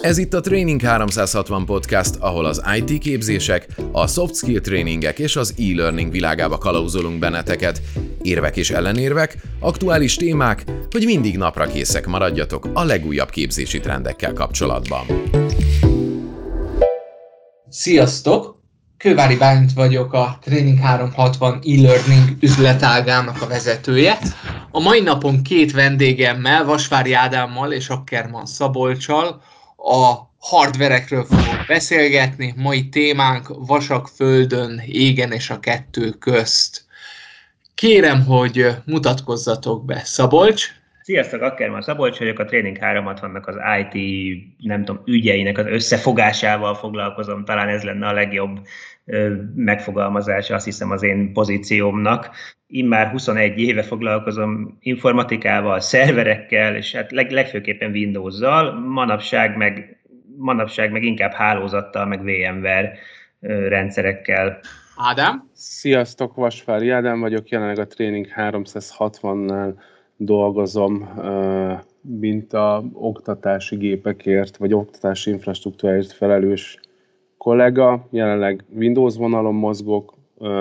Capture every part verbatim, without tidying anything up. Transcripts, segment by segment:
Ez itt a Training háromszázhatvan Podcast, ahol az i té képzések, a soft skill tréningek és az e-learning világába kalauzolunk benneteket. Érvek és ellenérvek, aktuális témák, hogy mindig napra készek maradjatok a legújabb képzési trendekkel kapcsolatban. Sziasztok! Kővári Bálint vagyok, a Training háromszázhatvan e-learning üzletágának a vezetője. A mai napon két vendégemmel, Vasvári Ádámmal és Ackermann Szabolccsal a hardverekről fogok beszélgetni. Mai témánk vasak földön, égen és a kettő közt. Kérem, hogy mutatkozzatok be. Szabolcs? Sziasztok, Ackermann Szabolcs vagyok, a Training háromszázhatvannak az i té, nem tudom, ügyeinek az összefogásával foglalkozom, talán ez lenne a legjobb ö, megfogalmazása, azt hiszem, az én pozíciómnak. Immár huszonegy éve foglalkozom informatikával, szerverekkel, és hát leg, legfőképpen Windows-zal, manapság meg, manapság meg inkább hálózattal, meg VMware ö, rendszerekkel. Ádám? Sziasztok, Vasvári Ádám vagyok, jelenleg a Training háromszázhatvannál dolgozom, mint a oktatási gépekért, vagy oktatási infrastruktúráért felelős kollega. Jelenleg Windows vonalon mozgok,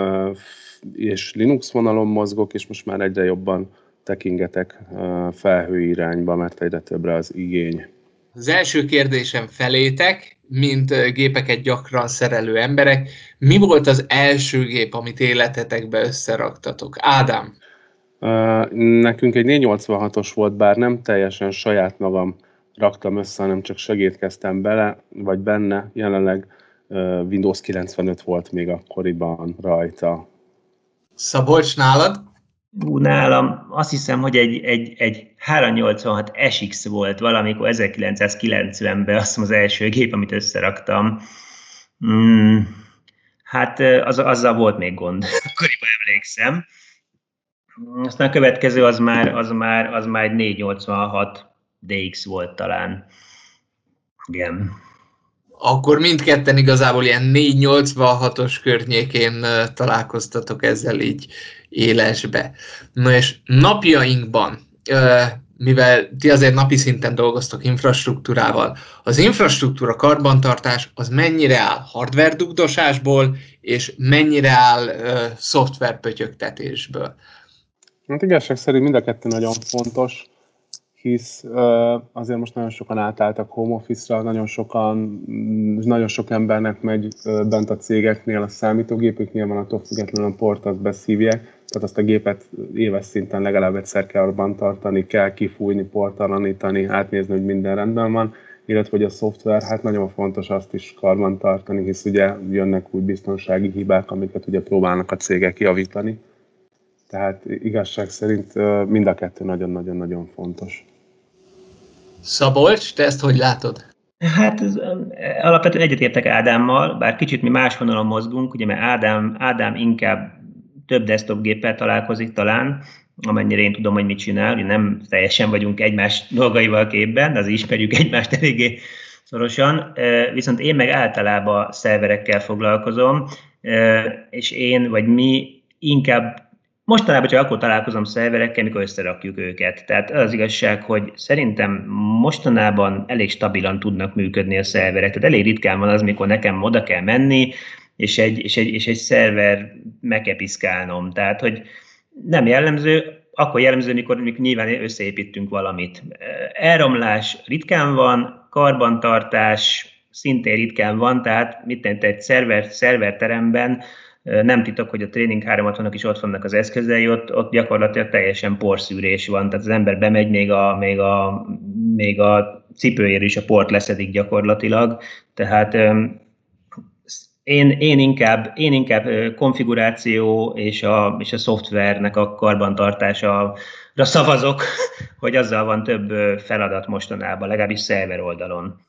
és Linux vonalon mozgok, és most már egyre jobban tekingetek felhő irányba, mert egyre többre az igény. Az első kérdésem felétek, mint gépeket gyakran szerelő emberek, mi volt az első gép, amit életetekbe összeraktatok? Ádám? Nekünk egy négyszáznyolcvanhatos volt, bár nem teljesen saját magam raktam össze, hanem csak segítkeztem bele, vagy benne. Jelenleg Windows kilencvenöt volt még akkoriban rajta. Szabolcs, nálad? Ú, nálam azt hiszem, hogy egy, egy, egy háromszáznyolcvanhat es iksz volt valamikor ezerkilencszázkilencvenben, azt hiszem az első gép, amit összeraktam. Hmm, hát az, azzal volt még gond, akkoriban emlékszem. Aztán a következő az már, az már, az már egy négyszáznyolcvanhat dé iksz volt talán. Igen. Akkor mindketten igazából ilyen négyszáznyolcvanhatos környékén találkoztatok ezzel így élesbe. Na és napjainkban, mivel ti azért napi szinten dolgoztok infrastruktúrával, az infrastruktúra karbantartás az mennyire áll hardware dugdosásból, és mennyire áll szoftver pötyögtetésből? Hát igazság szerint mind a kettő nagyon fontos, hisz uh, azért most nagyon sokan átálltak home office-ra, nagyon sokan, nagyon sok embernek megy uh, bent a cégeknél, a számítógépüknél van, attól függetlenül a portot beszívják, tehát azt a gépet éves szinten legalább egyszer kell abban tartani, kell kifújni, portalanítani, átnézni, hogy minden rendben van, illetve hogy a szoftver, hát nagyon fontos azt is karban tartani, hisz ugye jönnek új biztonsági hibák, amiket ugye próbálnak a cégek javítani. Tehát igazság szerint mind a kettő nagyon-nagyon-nagyon fontos. Szabolcs, te ezt hogy látod? Hát ez, alapvetően egyetértek Ádámmal, bár kicsit mi más vonalon mozgunk, ugye, mert Ádám, Ádám inkább több desktop géppel találkozik talán, amennyire én tudom, hogy mit csinál, ugye nem teljesen vagyunk egymás dolgaival képben, de az ismerjük egymást eléggé szorosan, viszont én meg általában szerverekkel foglalkozom, és én vagy mi inkább mostanában csak akkor találkozom szerverekkel, amikor összerakjuk őket. Tehát az igazság, hogy szerintem mostanában elég stabilan tudnak működni a szerverek. Tehát elég ritkán van az, mikor nekem oda kell menni, és egy, és egy, és egy szerver meg kell piszkálnom. Tehát, hogy nem jellemző, akkor jellemző, mikor, mikor nyilván összeépítünk valamit. Elromlás ritkán van, karbantartás szintén ritkán van, tehát mit tenni, egy szerver, szerverteremben nem titok, hogy a Training háromszázhatvannak is ott vannak az eszközei, ott, ott gyakorlatilag teljesen porszűrés van, tehát az ember bemegy, még a, még a, még a cipőjér is a port leszedik gyakorlatilag, tehát én, én, inkább, én inkább konfiguráció és a, és a szoftvernek a karbantartására szavazok, hogy azzal van több feladat mostanában, legalábbis szerver oldalon.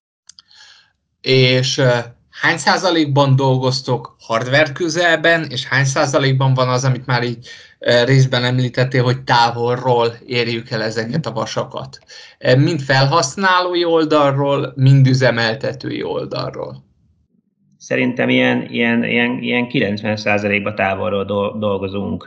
És hány százalékban dolgoztok hardware közelben, és hány százalékban van az, amit már így részben említettél, hogy távolról érjük el ezeket a vasakat? Mind felhasználói oldalról, mind üzemeltetői oldalról. Szerintem ilyen, ilyen, ilyen, ilyen kilencven százalékban távolról dolgozunk.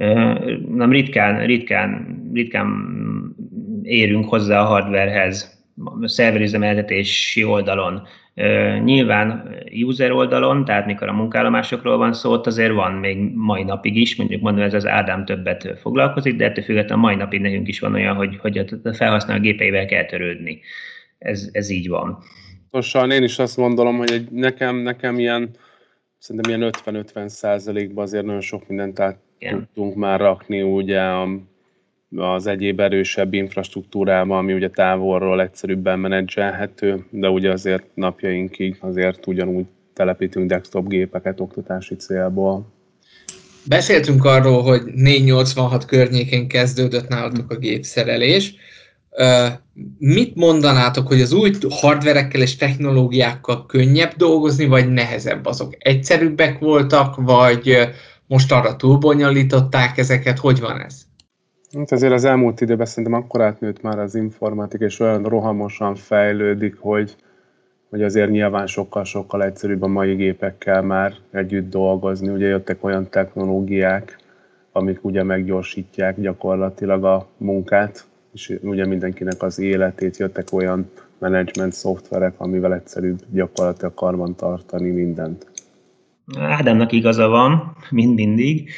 Nem ritkán, ritkán, ritkán érünk hozzá a hardwarehez. szerverüzemeltetési oldalon. Nyilván user oldalon, tehát mikor a munkállomásokról van szó, ott azért van még mai napig is, mondjuk mondom, ez az Ádám többet foglalkozik, de ettől függetlenül mai napig nekünk is van olyan, hogy, hogy a felhasználó gépeivel kell törődni. Ez, ez így van. Tosan, én is azt mondom, hogy egy, nekem, nekem ilyen, szerintem ilyen ötven-ötven százalékban azért nagyon sok mindent át Igen. tudtunk már rakni, ugye a, az egyéb erősebb infrastruktúrában, ami ugye távolról egyszerűbben menedzselhető, de ugye azért napjainkig azért ugyanúgy telepítünk desktop gépeket oktatási célból. Beszéltünk arról, hogy négyszáznyolcvanhat környékén kezdődött nálatok a gépszerelés. Mit mondanátok, hogy az új hardverekkel és technológiákkal könnyebb dolgozni, vagy nehezebb? Azok egyszerűbbek voltak, vagy most arra túlbonyolították ezeket? Hogy van ez? Hát azért az elmúlt időben szerintem akkor átnőtt már az informatika, és olyan rohamosan fejlődik, hogy, hogy azért nyilván sokkal-sokkal egyszerűbb a mai gépekkel már együtt dolgozni. Ugye jöttek olyan technológiák, amik ugye meggyorsítják gyakorlatilag a munkát, és ugye mindenkinek az életét, jöttek olyan management szoftverek, amivel egyszerűbb gyakorlatilag karban tartani mindent. Ádámnak igaza van, mind mindig.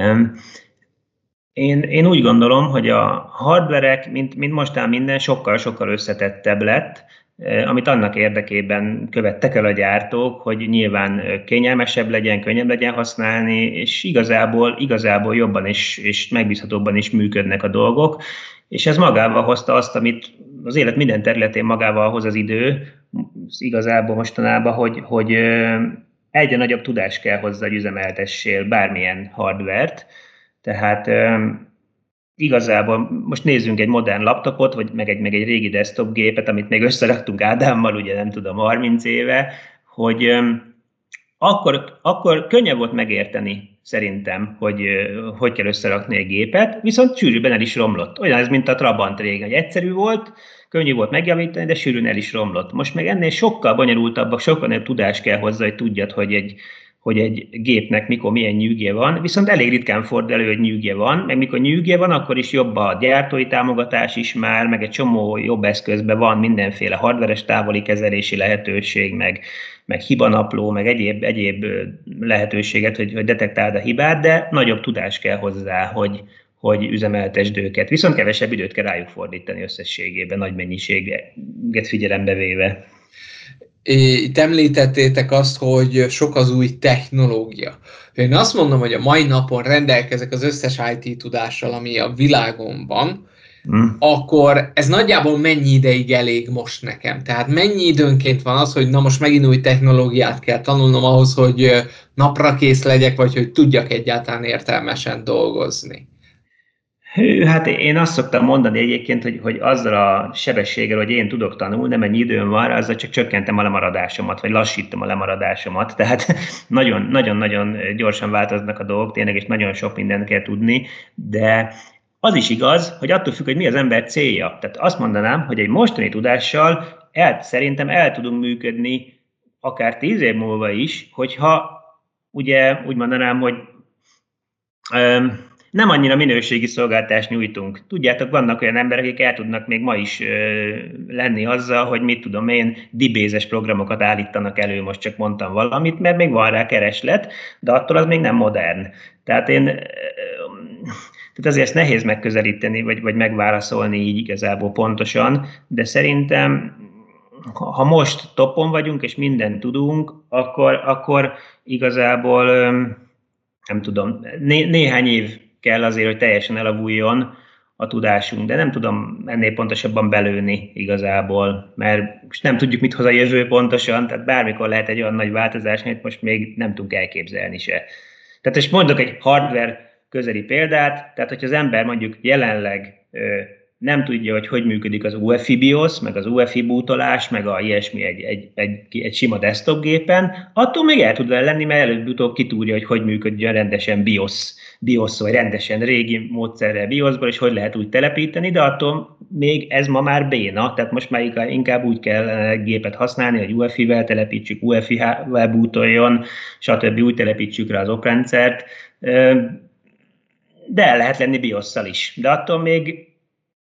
Én, én úgy gondolom, hogy a hardverek, mint, mint mostán minden, sokkal-sokkal összetettebb lett, amit annak érdekében követtek el a gyártók, hogy nyilván kényelmesebb legyen, könnyebb legyen használni, és igazából, igazából jobban és, és megbízhatóbban is működnek a dolgok, és ez magával hozta azt, amit az élet minden területén magával hoz az idő, igazából mostanában, hogy, hogy egyre nagyobb tudás kell hozzá, hogy üzemeltessél bármilyen hardvert. Tehát igazából most nézzünk egy modern laptopot, vagy meg egy, meg egy régi desktop gépet, amit még összeraktunk Ádámmal, ugye nem tudom, harminc éve, hogy akkor, akkor könnyebb volt megérteni szerintem, hogy hogy kell összerakni egy gépet, viszont sűrűben el is romlott. Olyan ez, mint a Trabant régen, hogy egyszerű volt, könnyű volt megjavítani, de sűrűn el is romlott. Most meg ennél sokkal bonyolultabbak, sokkal nagyobb tudás kell hozzá, hogy tudjad, hogy egy hogy egy gépnek mikor milyen nyűgje van, viszont elég ritkán fordul elő, hogy nyűgje van, meg mikor nyűgje van, akkor is jobb a gyártói támogatás is már, meg egy csomó jobb eszközben van mindenféle hardveres távoli kezelési lehetőség, meg, meg hibanapló, meg egyéb, egyéb lehetőséget, hogy, hogy detektáld a hibát, de nagyobb tudás kell hozzá, hogy, hogy üzemeltesd őket. Viszont kevesebb időt kell rájuk fordítani összességében, nagy mennyiséget figyelembe véve. Itt említettétek azt, hogy sok az új technológia. Én azt mondom, hogy a mai napon rendelkezek az összes i té tudással, ami a világon van, hmm. akkor ez nagyjából mennyi ideig elég most nekem? Tehát mennyi időnként van az, hogy na most megint új technológiát kell tanulnom ahhoz, hogy napra kész legyek, vagy hogy tudjak egyáltalán értelmesen dolgozni? Hű, hát én azt szoktam mondani egyébként, hogy, hogy azzal a sebességgel, hogy én tudok tanulni, nem ennyi időm van, azzal csak csökkentem a lemaradásomat, vagy lassítom a lemaradásomat. Tehát nagyon-nagyon gyorsan változnak a dolgok, tényleg, és nagyon sok mindent kell tudni, de az is igaz, hogy attól függ, hogy mi az ember célja. Tehát azt mondanám, hogy egy mostani tudással el, szerintem el tudunk működni akár tíz év múlva is, hogyha ugye úgy mondanám, hogy um, nem annyira minőségi szolgáltást nyújtunk. Tudjátok, vannak olyan emberek, akik el tudnak még ma is ö, lenni azzal, hogy mit tudom én, dibézes programokat állítanak elő, most csak mondtam valamit, mert még van rá kereslet, de attól az még nem modern. Tehát én, ö, tehát azért ezt nehéz megközelíteni, vagy, vagy megválaszolni így igazából pontosan, de szerintem ha most topon vagyunk, és mindent tudunk, akkor, akkor igazából ö, nem tudom, né- néhány év kell azért, hogy teljesen elavuljon a tudásunk, de nem tudom ennél pontosabban belőni igazából, mert most nem tudjuk, mit hoz a jövő pontosan, tehát bármikor lehet egy olyan nagy változás, amit most még nem tudunk elképzelni se. Tehát most mondok egy hardware közeli példát, tehát hogyha az ember mondjuk jelenleg ö, nem tudja, hogy hogy működik az u ef i BIOS, meg az u ef i bootolás, meg a ilyesmi egy, egy, egy, egy sima desktop gépen, attól még el tud lenni, mert előbb-utóbb kitúrja, hogy hogy működjön rendesen BIOS, BIOS, vagy rendesen régi módszerrel BIOS-ból, és hogy lehet úgy telepíteni, de attól még ez ma már béna, tehát most már inkább úgy kell gépet használni, hogy u ef i-vel telepítsük, u ef i-vel bootoljon, stb. Úgy telepítsük rá az oprendszert, de el lehet lenni BIOS-szal is, de attól még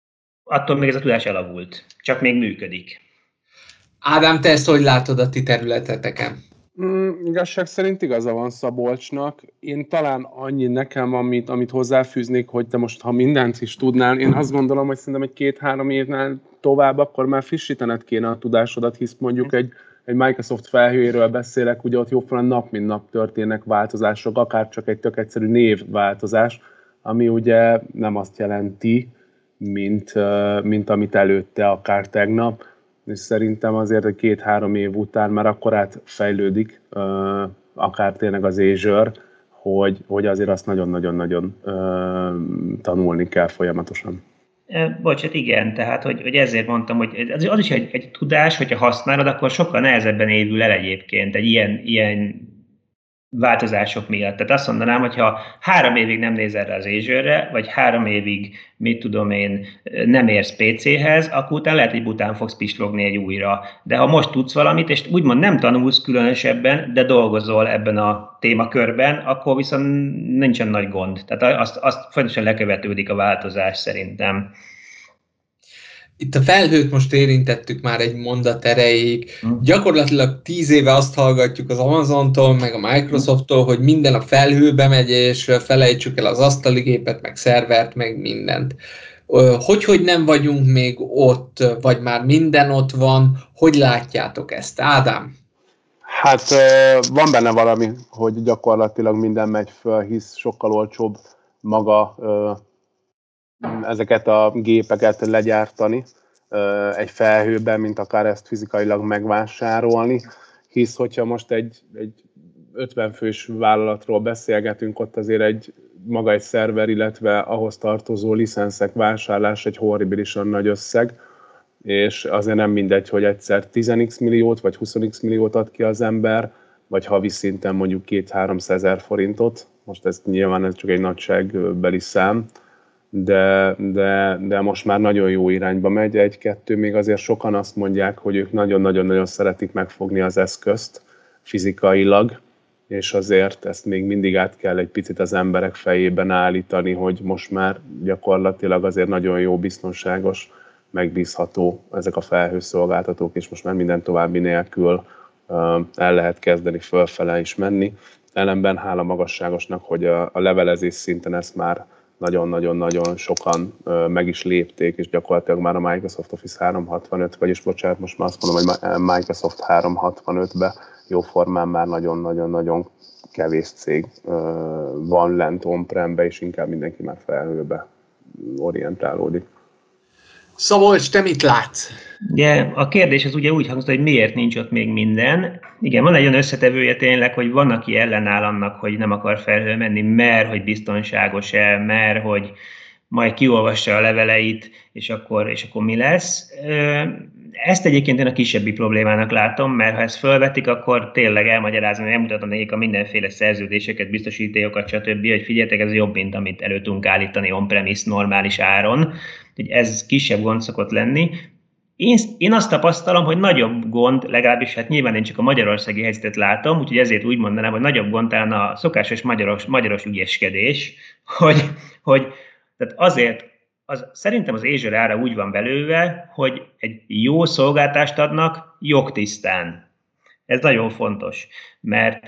attól még ez a tudás elavult, csak még működik. Ádám, te ezt hogy látod a ti területeteken? Mm, igazság szerint igaza van Szabolcsnak. Én talán annyi nekem, amit, amit hozzáfűznék, hogy te most, ha mindent is tudnál, én azt gondolom, hogy szerintem egy két-három évnál tovább, akkor már frissítened kéne a tudásodat, hisz mondjuk egy, egy Microsoft felhőjéről beszélek, ugye ott jóformán nap mint nap történnek változások, akár csak egy tök egyszerű névváltozás, ami ugye nem azt jelenti, mint, mint amit előtte, akár tegnap, és szerintem azért egy két-három év után már akkor átfejlődik, akár tényleg az Azure, hogy, hogy azért azt nagyon-nagyon-nagyon tanulni kell folyamatosan. Bocs, hát igen, tehát hogy, hogy ezért mondtam, hogy az, az is egy, egy tudás, hogyha használod, akkor sokkal nehezebben évül el egyébként egy ilyen, ilyen változások miatt. Tehát azt mondanám, hogy ha három évig nem nézel rá az Azure-re, vagy három évig, mit tudom én, nem érsz pé céhez, akkor utána lehet, hogy után fogsz pislogni egy újra. De ha most tudsz valamit, és úgymond nem tanulsz különösebben, de dolgozol ebben a témakörben, akkor viszont nincsen nagy gond. Tehát azt, azt folyamatosan lekövetődik a változás szerintem. Itt a felhőt most érintettük már egy mondat erejéig. Hmm. Gyakorlatilag tíz éve azt hallgatjuk az Amazontól, meg a Microsofttól, hogy minden a felhőbe megy, és felejtsük el az asztaligépet, meg szervert, meg mindent. Hogy, hogy nem vagyunk még ott, vagy már minden ott van, hogy látjátok ezt? Ádám? Hát van benne valami, hogy gyakorlatilag minden megy föl, hisz sokkal olcsóbb maga ezeket a gépeket legyártani egy felhőben, mint akár ezt fizikailag megvásárolni, hisz hogyha most egy, egy ötven fős vállalatról beszélgetünk, ott azért egy maga egy szerver, illetve ahhoz tartozó licenszek vásárlás egy horribilisan nagy összeg, és azért nem mindegy, hogy egyszer tíz x milliót vagy húsz x milliót ad ki az ember, vagy havi szinten mondjuk két-háromszázezer forintot, most ez nyilván ez csak egy nagyságbeli szám, De, de, de most már nagyon jó irányba megy, egy-kettő, még azért sokan azt mondják, hogy ők nagyon-nagyon-nagyon szeretik megfogni az eszközt fizikailag, és azért ezt még mindig át kell egy picit az emberek fejében állítani, hogy most már gyakorlatilag azért nagyon jó, biztonságos, megbízható ezek a felhőszolgáltatók, és most már minden további nélkül el lehet kezdeni fölfele is menni. Ellenben hála magasságosnak, hogy a, a levelezés szinten ezt már nagyon-nagyon-nagyon sokan uh, meg is lépték, és gyakorlatilag már a Microsoft Office háromszázhatvanöt, vagyis bocsánat, most már azt mondom, hogy Microsoft háromszázhatvanötbe jóformán már nagyon-nagyon-nagyon kevés cég uh, van lent on-prembe, és inkább mindenki már felhőbe orientálódik. Szabolcs, te mit látsz? Ugye, a kérdés az ugye úgy hangzott, hogy miért nincs ott még minden. Igen, van egy olyan összetevője tényleg, hogy van, aki ellenáll annak, hogy nem akar felhőre menni, mert hogy biztonságos-e, mert hogy majd kiolvassa a leveleit, és akkor, és akkor mi lesz. Ezt egyébként én a kisebbi problémának látom, mert ha ezt felvetik, akkor tényleg elmagyarázom, elmutatom nekik a mindenféle szerződéseket, biztosítékokat, stb., hogy figyeljetek, ez jobb, mint amit elő tudunk állítani on-premise normális áron. Hogy ez kisebb gond szokott lenni. Én, én azt tapasztalom, hogy nagyobb gond, legalábbis hát nyilván én csak a magyarországi helyzetet látom, úgyhogy ezért úgy mondanám, hogy nagyobb gond talán a szokásos magyaros, magyaros ügyeskedés, hogy, hogy tehát azért az, szerintem az Azure ára úgy van belőve, hogy egy jó szolgáltást adnak jogtisztán. Ez nagyon fontos, mert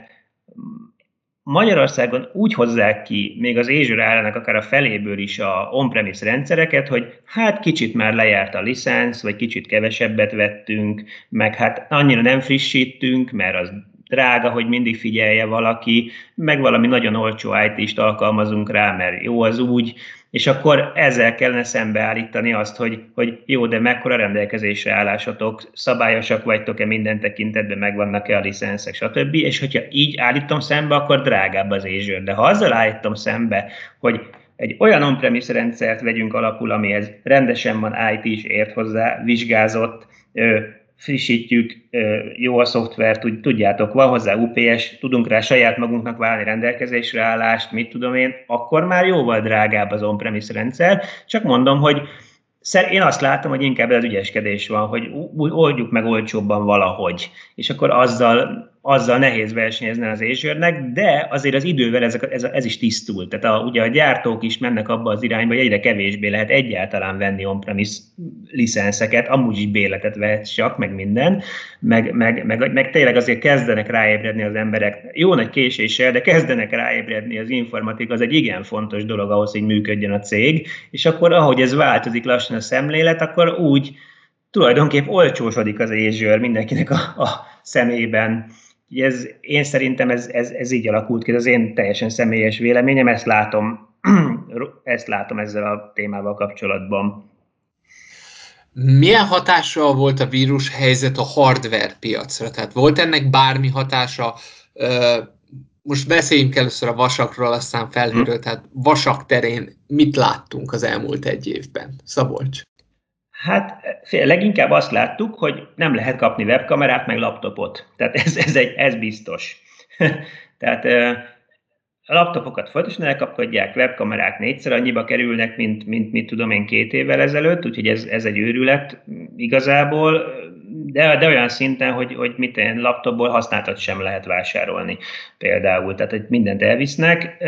Magyarországon úgy hozzák ki, még az Azure árának akár a feléből is a on-premise rendszereket, hogy hát kicsit már lejárt a licensz, vagy kicsit kevesebbet vettünk, meg hát annyira nem frissítünk, mert az drága, hogy mindig figyelje valaki, meg valami nagyon olcsó í té-st alkalmazunk rá, mert jó az úgy, és akkor ezzel kellene szembeállítani azt, hogy, hogy jó, de mekkora rendelkezésre állásatok, szabályosak vagytok-e minden tekintetben, megvannak-e a licenszek, stb. És hogyha így állítom szembe, akkor drágább az Azure. De ha azzal állítom szembe, hogy egy olyan on-premise rendszert vegyünk alapul, amihez rendesen van í té is ért hozzá, vizsgázott, frissítjük, jó a szoftver, tudjátok, van hozzá u pé es, tudunk rá saját magunknak válni rendelkezésre állást, mit tudom én, akkor már jóval drágább az on-premise rendszer. Csak mondom, hogy én azt látom, hogy inkább az ügyeskedés van, hogy oldjuk meg olcsóbban valahogy, és akkor azzal azzal nehéz versenyezni az Azure-nek, de azért az idővel ez, ez, ez is tisztul. Tehát a, ugye a gyártók is mennek abba az irányba, hogy egyre kevésbé lehet egyáltalán venni on-premise licenszeket, amúgy is béletet vehetsz csak, meg minden, meg, meg, meg, meg tényleg azért kezdenek ráébredni az emberek, jó nagy késéssel, de kezdenek ráébredni az informatika, az egy igen fontos dolog ahhoz, hogy működjön a cég, és akkor ahogy ez változik lassan a szemlélet, akkor úgy tulajdonképp olcsósodik az Azure mindenkinek a, a szemében. Ez, én szerintem ez, ez, ez így alakult ki, ez az én teljesen személyes véleményem, ezt látom, ezt látom ezzel a témával kapcsolatban. Milyen hatással volt a vírus helyzet a hardware piacra? Tehát volt ennek bármi hatása? Most beszéljünk először a vasakról, aztán felhőről, tehát vasak terén mit láttunk az elmúlt egy évben? Szabolcs. Hát leginkább azt láttuk, hogy nem lehet kapni webkamerát, meg laptopot. Tehát ez, ez, egy, ez biztos. Tehát a laptopokat folyamatosan elkapkodják, webkamerák négyszer annyiba kerülnek, mint, mint mit tudom én két évvel ezelőtt, úgyhogy ez, ez egy őrület igazából, de, de olyan szinten, hogy, hogy mit én laptopból használtat sem lehet vásárolni például, tehát hogy mindent elvisznek.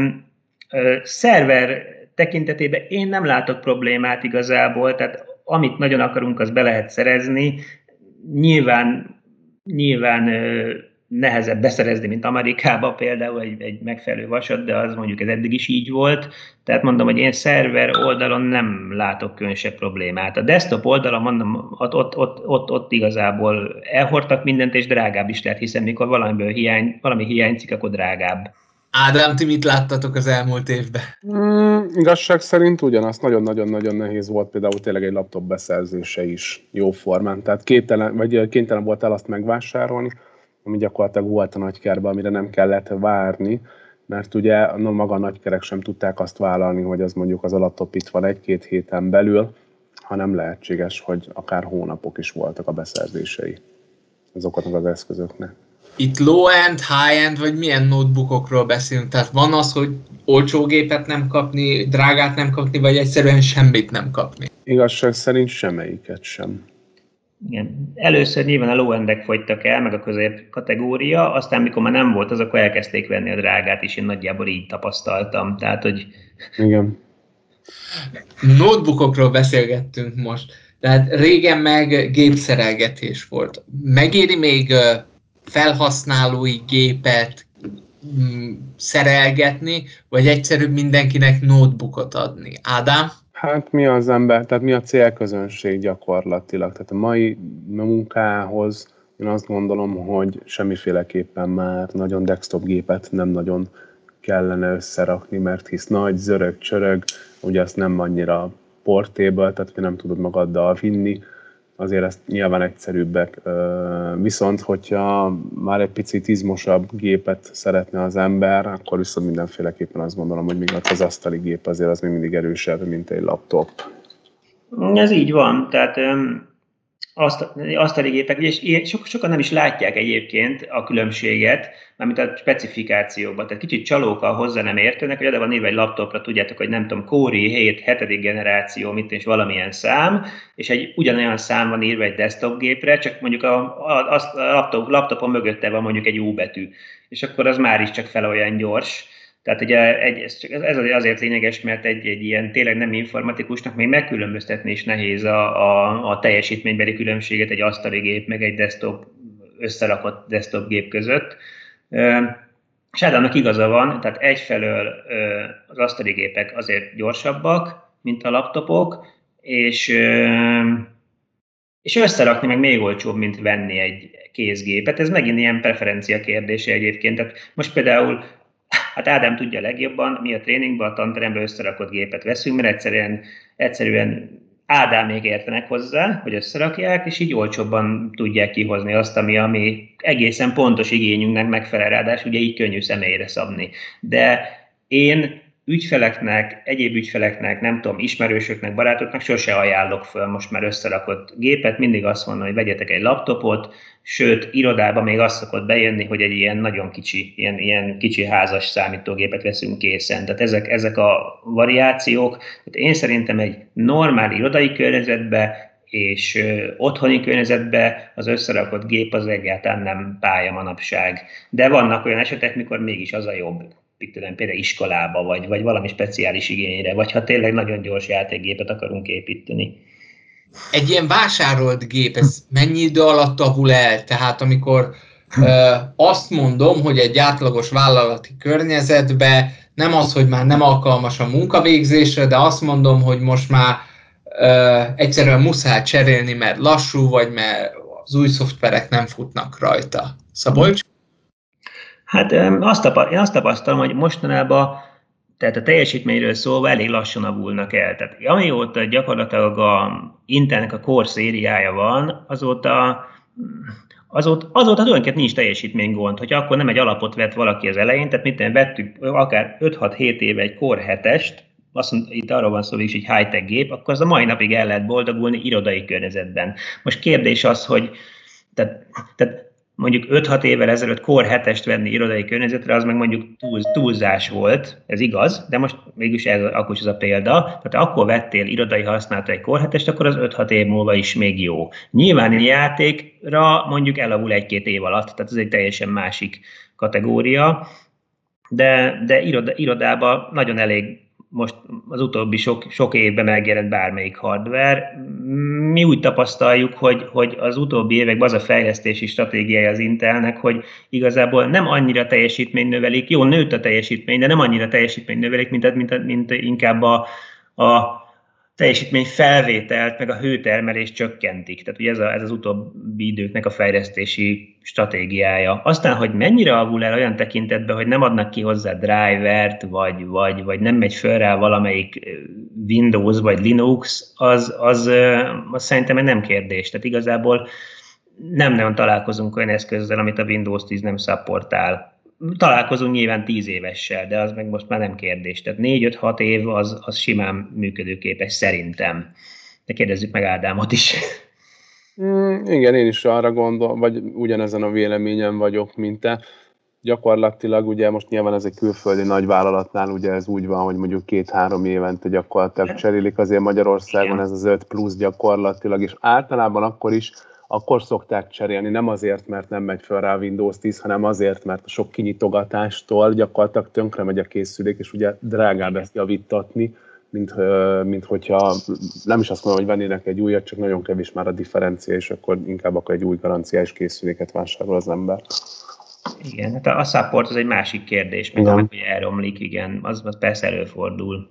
Szerver tekintetében én nem látok problémát igazából, tehát amit nagyon akarunk, az be lehet szerezni. Nyilván, nyilván nehezebb beszerezni, mint Amerikában például egy, egy megfelelő vasat, de az mondjuk ez eddig is így volt. Tehát mondom, hogy én szerver oldalon nem látok különösebb problémát. A desktop oldalon mondom, ott, ott, ott, ott, ott igazából elhordtak mindent, és drágább is lehet, hiszen mikor valamiből hiány, valami hiányzik, akkor drágább. Ádám, ti mit láttatok az elmúlt évben? Mm, igazság szerint ugyanaz, nagyon-nagyon-nagyon nehéz volt például tényleg egy laptop beszerzése is jó formán. Tehát képtelen, vagy kénytelen voltál azt megvásárolni, ami gyakorlatilag volt a nagykerben, amire nem kellett várni, mert ugye no, maga a nagykerek sem tudták azt vállalni, hogy az mondjuk az a laptop itt van egy-két héten belül, hanem lehetséges, hogy akár hónapok is voltak a beszerzései azoknak az eszközöknek. Itt low-end, high-end, vagy milyen notebookokról beszélünk? Tehát van az, hogy olcsó gépet nem kapni, drágát nem kapni, vagy egyszerűen semmit nem kapni? Igazság szerint semmelyiket sem. Igen. Először nyilván a low-endek fogytak el, meg a közép kategória, aztán mikor már nem volt az, akkor elkezdték venni a drágát is, én nagyjából így tapasztaltam. Tehát, hogy... Igen. Notebookokról beszélgettünk most. Tehát régen meg gépszerelgetés volt. Megéri még felhasználói gépet szerelgetni, vagy egyszerűbb mindenkinek notebookot adni? Ádám? Hát mi az ember, tehát mi a célközönség gyakorlatilag? Tehát a mai munkához én azt gondolom, hogy semmiféleképpen már nagyon desktop gépet nem nagyon kellene összerakni, mert hisz nagy, zörög, csörög, ugye azt nem annyira portable, tehát nem tudod magaddal vinni, azért ezt nyilván egyszerűbbek. Viszont, hogyha már egy picit izmosabb gépet szeretne az ember, akkor viszont mindenféleképpen azt gondolom, hogy még az asztali gép azért az még mindig erősebb, mint egy laptop. Ez így van, tehát asztali gépek, és so, sokan nem is látják egyébként a különbséget, mármint a specifikációkban. Tehát kicsit csalókkal hozzá nem értenek, hogy oda van írva egy laptopra, tudjátok, hogy nem tudom, Core i hét, hetedik generáció, mint és valamilyen szám, és egy ugyanolyan szám van írva egy desktop gépre, csak mondjuk a, a, a laptop, laptopon mögötte van mondjuk egy U betű, és akkor az már is csak fel olyan gyors. Tehát ugye egy, ez azért lényeges, mert egy, egy ilyen tényleg nem informatikusnak még megkülönböztetni is nehéz a, a, a teljesítménybeli különbséget egy asztali gép meg egy desktop, összerakott desktop gép között. És Ádámnak igaza van, tehát egyfelől az asztali gépek azért gyorsabbak, mint a laptopok, és, és összerakni meg még olcsóbb, mint venni egy kézgépet. Ez megint ilyen preferencia kérdése egyébként. Tehát most például hát Ádám tudja legjobban, mi a tréningben, a tanteremben összerakott gépet veszünk, mert egyszerűen, egyszerűen Ádámék értenek hozzá, hogy összerakják, és így olcsóbban tudják kihozni azt, ami, ami egészen pontos igényünknek megfelel, ráadásul ugye így könnyű személyre szabni. De én ügyfeleknek, egyéb ügyfeleknek, nem tudom, ismerősöknek, barátoknak sose ajánlok föl most már összerakott gépet, mindig azt mondom, hogy vegyetek egy laptopot, sőt, irodába még azt szokott bejönni, hogy egy ilyen nagyon kicsi, ilyen, ilyen kicsi házas számítógépet veszünk készen. Tehát ezek, ezek a variációk, tehát én szerintem egy normál irodai környezetben és ö, otthoni környezetben az összerakott gép az egyáltalán nem pálya manapság. De vannak olyan esetek, mikor mégis az a jobb, például iskolába, vagy, vagy valami speciális igényre, vagy ha tényleg nagyon gyors játékgépet akarunk építeni. Egy ilyen vásárolt gép, ez mennyi idő alatt avul el? Tehát amikor ö, azt mondom, hogy egy átlagos vállalati környezetben nem az, hogy már nem alkalmas a munkavégzésre, de azt mondom, hogy most már ö, egyszerűen muszáj cserélni, mert lassú, vagy mert az új szoftverek nem futnak rajta. Szabolcs? Hát azt tapasztalom, én azt tapasztalom, hogy mostanában, tehát a teljesítményről szólva elég lassan avulnak el. Tehát amióta gyakorlatilag a Intelnek a Core szériája van, azóta, azóta, azóta tulajdonképpen nincs teljesítménygond. Hogyha akkor nem egy alapot vett valaki az elején, tehát mit vettük akár öt-hat-hét éve egy Core hetest, azt mondja, itt arról van szó, hogy egy high-tech gép, akkor az a mai napig el lehet boldogulni irodai környezetben. Most kérdés az, hogy tehát, tehát mondjuk öt-hat évvel ezelőtt Core hetest venni irodai környezetre, az meg mondjuk túl, túlzás volt, ez igaz, de most mégis ez, akkor is ez a példa. Tehát akkor vettél irodai használatra egy Core hetest, akkor az öt-hat év múlva is még jó. Nyilván játékra mondjuk elavul egy-két év alatt, tehát ez egy teljesen másik kategória, de, de iroda, irodában nagyon elég most az utóbbi sok, sok évben megjelent bármelyik hardware. Mi úgy tapasztaljuk, hogy, hogy az utóbbi években az a fejlesztési stratégiája az Intelnek, hogy igazából nem annyira teljesítmény növelik, jó, nőtt a teljesítmény, de nem annyira teljesítmény növelik, mint, mint, mint inkább a, a teljesítmény felvételt, meg a hőtermelést csökkentik. Tehát ugye ez, a, ez az utóbbi időknek a fejlesztési stratégiája. Aztán, hogy mennyire avul el olyan tekintetben, hogy nem adnak ki hozzá drivert, vagy, vagy, vagy nem megy föl rá valamelyik Windows vagy Linux, az, az, az szerintem nem kérdés. Tehát igazából nem nagyon találkozunk olyan eszközzel, amit a Windows tíz nem szapportál. Találkozunk nyilván tíz évessel, de az meg most már nem kérdés. Tehát négy-öt-hat év az, az simán működőképes szerintem. De kérdezzük meg Ádámot is. Mm, igen, én is arra gondolom, vagy ugyanezen a véleményen vagyok, mint te. Gyakorlatilag ugye most nyilván ez egy külföldi nagyvállalatnál ugye ez úgy van, hogy mondjuk két-három évente gyakorlatilag cserélik, azért Magyarországon ez az öt plusz gyakorlatilag, és általában akkor is akkor szokták cserélni, nem azért, mert nem megy fel rá a Windows tíz, hanem azért, mert a sok kinyitogatástól gyakorlatilag tönkre megy a készülék, és ugye drágább ezt javítatni, mint, mint hogyha nem is azt mondom, hogy vennének egy újat, csak nagyon kevés már a differencia, és akkor inkább akkor egy új garanciás készüléket vásárol az ember. Igen, hát a support az egy másik kérdés, meg amit elromlik, igen, az, az persze előfordul.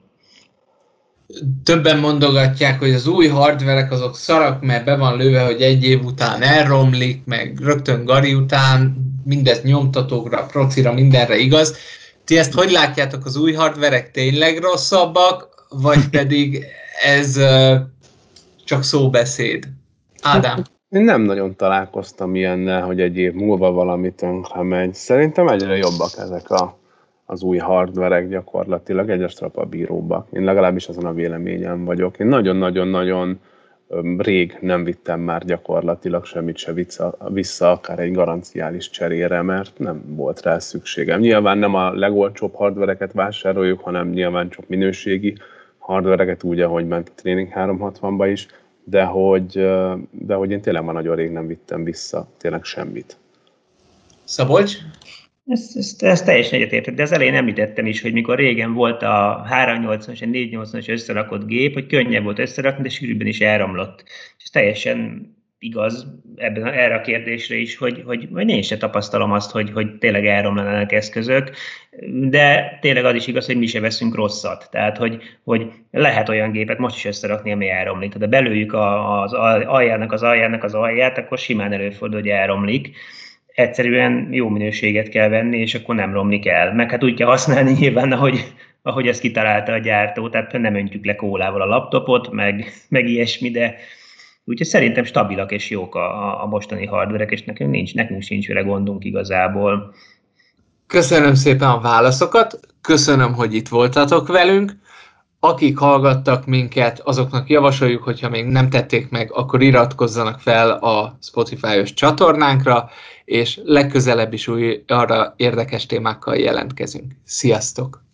Többen mondogatják, hogy az új hardverek azok szarak, mert be van lőve, hogy egy év után elromlik, meg rögtön gari után, mindez nyomtatókra, procira, mindenre igaz. Ti ezt hogy látjátok, az új hardverek tényleg rosszabbak, vagy pedig ez uh, csak szóbeszéd? Ádám? Én nem nagyon találkoztam ilyennel, hogy egy év múlva valami tönkre megy. Szerintem egyre jobbak ezek a az új hardverek gyakorlatilag, egyre strapabíróbbak. Én legalábbis azon a véleményem vagyok. Én nagyon-nagyon-nagyon rég nem vittem már gyakorlatilag semmit se vissza, vissza, akár egy garanciális cserére, mert nem volt rá szükségem. Nyilván nem a legolcsóbb hardvereket vásároljuk, hanem nyilván csak minőségi hardvereket, úgy, ahogy ment a Training háromszázhatvanba is, de hogy, de hogy én tényleg már nagyon rég nem vittem vissza, tényleg semmit. Szabolcs? Ezt, ezt, ezt teljesen egyetértek, de az elején említettem is, hogy mikor régen volt a háromszáznyolcvanas, a négyszáznyolcvanas összerakott gép, hogy könnyebb volt összerakni, de sűrűbben is elromlott. És ez teljesen igaz ebben, erre a kérdésre is, hogy, hogy, hogy én se tapasztalom azt, hogy, hogy tényleg elromlanának eszközök, de tényleg az is igaz, hogy mi se veszünk rosszat. Tehát, hogy, hogy lehet olyan gépet most is összerakni, ami elromlik. De belőjük az aljának az aljának az alját, akkor simán előfordul, hogy elromlik. Egyszerűen jó minőséget kell venni, és akkor nem romlik el. Meg hát úgy kell használni nyilván, ahogy, ahogy ezt kitalálta a gyártó, tehát nem öntjük le kólával a laptopot, meg, meg ilyesmi, de úgyhogy szerintem stabilak és jók a, a mostani hardverek, és nekünk nincs, nekünk sincs vele gondunk igazából. Köszönöm szépen a válaszokat, köszönöm, hogy itt voltatok velünk. Akik hallgattak minket, azoknak javasoljuk, hogyha még nem tették meg, akkor iratkozzanak fel a Spotify-os csatornánkra, és legközelebb is új arra érdekes témákkal jelentkezünk. Sziasztok!